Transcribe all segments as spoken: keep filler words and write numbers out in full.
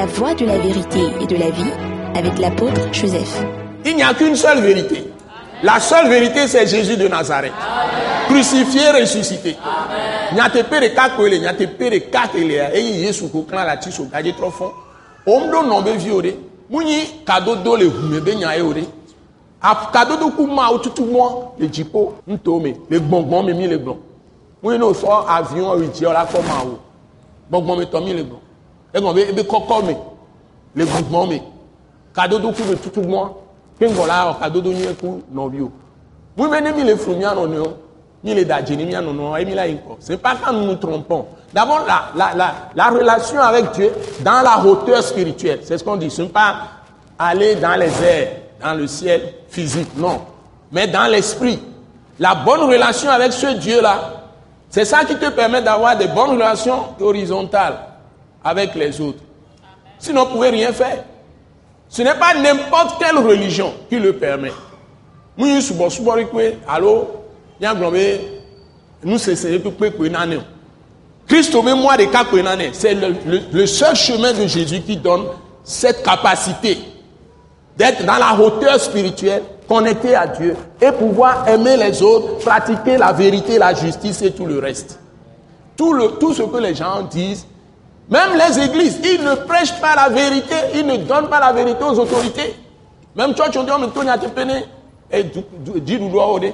la voie de la vérité et de la vie avec l'apôtre Joseph. Il n'y a qu'une seule vérité. La seule vérité, c'est Jésus de Nazareth. Amen. Crucifié, ressuscité. Il n'y a pas de cas que il n'y a pas de cas que il y a. Et il y a sous clan la tisse au gardien trop fond. On me donne non be violé. Mouni cadeau do le hume be nya eore. A cadeau do kuma ou tout moi le jipo ntome le gbongbon me mi le gbon. Mouni no so avion riti ola ko ma wo. Gbongbon me to mi le gbon. E gbon be be kokko me le gbongbon me. Cadeau do ku de tout moi. Kengola cadeau do nyeku no bio. Mouni me ne mi le frumia no no. Ni les dadjini mi no no e mi la inko. C'est pas quand nous nous trompons. D'abord, la, la, la, la relation avec Dieu dans la hauteur spirituelle. C'est ce qu'on dit. Ce n'est pas aller dans les airs, dans le ciel physique, non. Mais dans l'esprit. La bonne relation avec ce Dieu-là, c'est ça qui te permet d'avoir des bonnes relations horizontales avec les autres. Sinon, vous ne pouvez rien faire. Ce n'est pas n'importe quelle religion qui le permet. Nous, nous, c'est Christ au mémoire des cas c'est le, le, le seul chemin de Jésus qui donne cette capacité d'être dans la hauteur spirituelle, connecté à Dieu et pouvoir aimer les autres, pratiquer la vérité, la justice et tout le reste. Tout, le, tout ce que les gens disent, même les églises, ils ne prêchent pas la vérité, ils ne donnent pas la vérité aux autorités. Même toi, tu dis, mais toi, tu as peine et dis nous dois oder.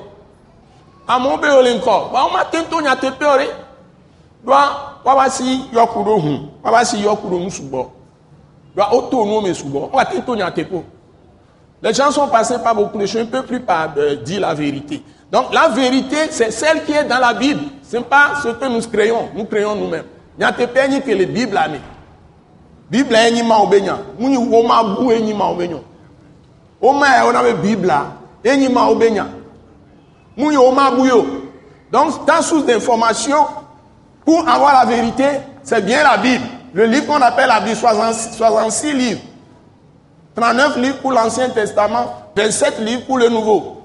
À mon père, encore, on m'a tenté, tu as peur. Doit wabasi yokuro hu wabasi yokuro musubo doit auto no me subo on va tento nya tepo. Les gens sont passés par beaucoup de choses, ne peuvent plus pas euh, dire la vérité. Donc la vérité c'est celle qui est dans la Bible, c'est pas ce que nous créons, nous créons nous-mêmes. Nya tepe ni que la Bible a mis. Bible a ni ma obenya, muni wo ma bu eni ma obenyo. O ma e ona be Bible a eni ma obenya. Muni o ma bu yo. Donc ta source d'information pour avoir la vérité, c'est bien la Bible. Le livre qu'on appelle la Bible, soixante-six livres. trente-neuf livres pour l'Ancien Testament, vingt-sept livres pour le Nouveau.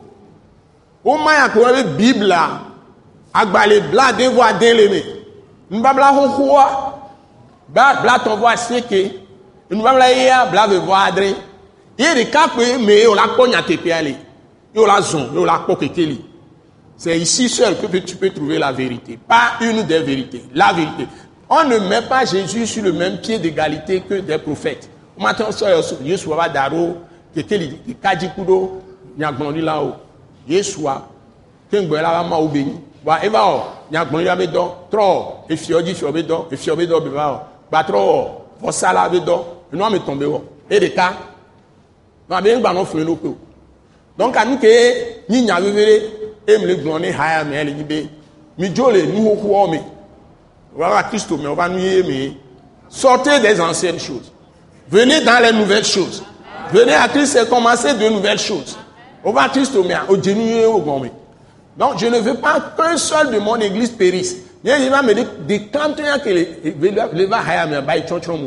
Au moins, il y a une Bible là. Agbale bla devoir d'élèmer. Nous ne bla hokoa. Bla bla ton voix séqué. Nous ne bla ya bla de voir adré. Il y a des cas mais on la cogne à tes pieds. On la zon, on la coque et c'est ici seul que tu peux trouver la vérité. Pas une des vérités. La vérité. On ne met pas Jésus sur le même pied d'égalité que des prophètes. Maintenant, Yeshua Daro, Keteli, Kajikudo, Nyagboni là-haut. Yeshua, Kengola ma obéi. Wa Eva, Nyagboni Abedo, Tro, et Fiodi Fiobedo, et Fiobedo Bevao, Batro, Vosala Bedo, et nous me tombé. Et des cas, nous avons un peu de donc, à nous que nous avons et me le donner haya me le nibe mi jole nous ho me voilà Christ mais on va nous aimer. Sortez des anciennes choses, venez dans les nouvelles choses. Venez à Christ et commencez de nouvelles choses. On va Christ mais au génie au gomme. Donc je ne veux pas qu'un seul de mon église périsse. Il va me dire des cantons que les va haya me ba chonchomo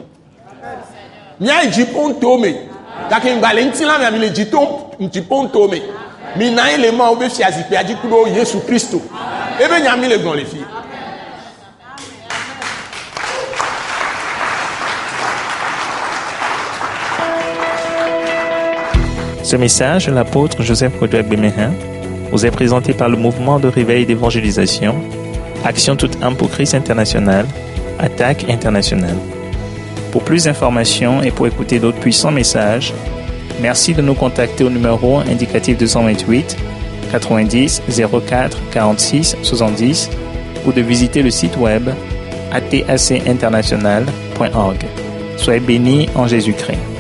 nya jipon tome kakin valentine la me le jiton jipon tome. Minaï les mains au béfi azipi adikudo Jésus Christ. Et ben yami les grands les filles. Ce message de l'apôtre Joseph Kodouak Bemehin vous est présenté par le mouvement de réveil d'évangélisation, Action toute âme pour Christ international, Attaque internationale. Pour plus d'informations et pour écouter d'autres puissants messages, merci de nous contacter au numéro indicatif deux cent vingt-huit quatre-vingt-dix zéro quatre quarante-six soixante-dix ou de visiter le site web a t a c international point org. Soyez bénis en Jésus-Christ.